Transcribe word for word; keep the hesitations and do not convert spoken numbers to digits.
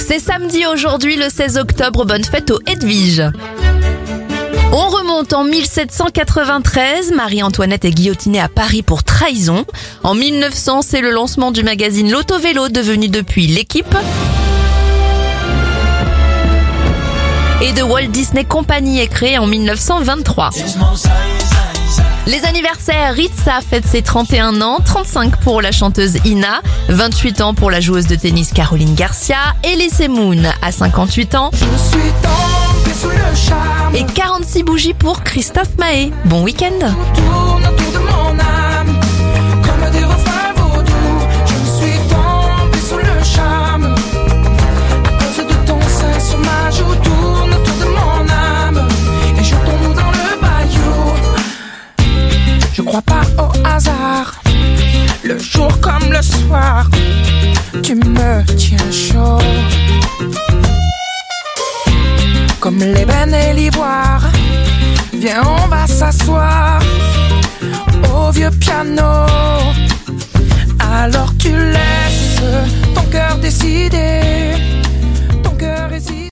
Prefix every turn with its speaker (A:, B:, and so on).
A: C'est samedi aujourd'hui, le seize octobre. Bonne fête aux Edwige. On remonte en mille sept cent quatre-vingt-treize. Marie-Antoinette est guillotinée à Paris pour trahison. En mille neuf cents, c'est le lancement du magazine L'Auto-Vélo, devenu depuis L'Équipe. Et de Walt Disney Company est créé en mille neuf cent vingt-trois. Les anniversaires, Ritza fête ses trente et un ans, trente-cinq pour la chanteuse Ina, vingt-huit ans pour la joueuse de tennis Caroline Garcia, Elise Moon à cinquante-huit ans et quarante-six bougies pour Christophe Mahé. Bon week-end.
B: Je crois pas au hasard, le jour comme le soir, tu me tiens chaud. Comme l'ébène et l'ivoire, viens on va s'asseoir au vieux piano.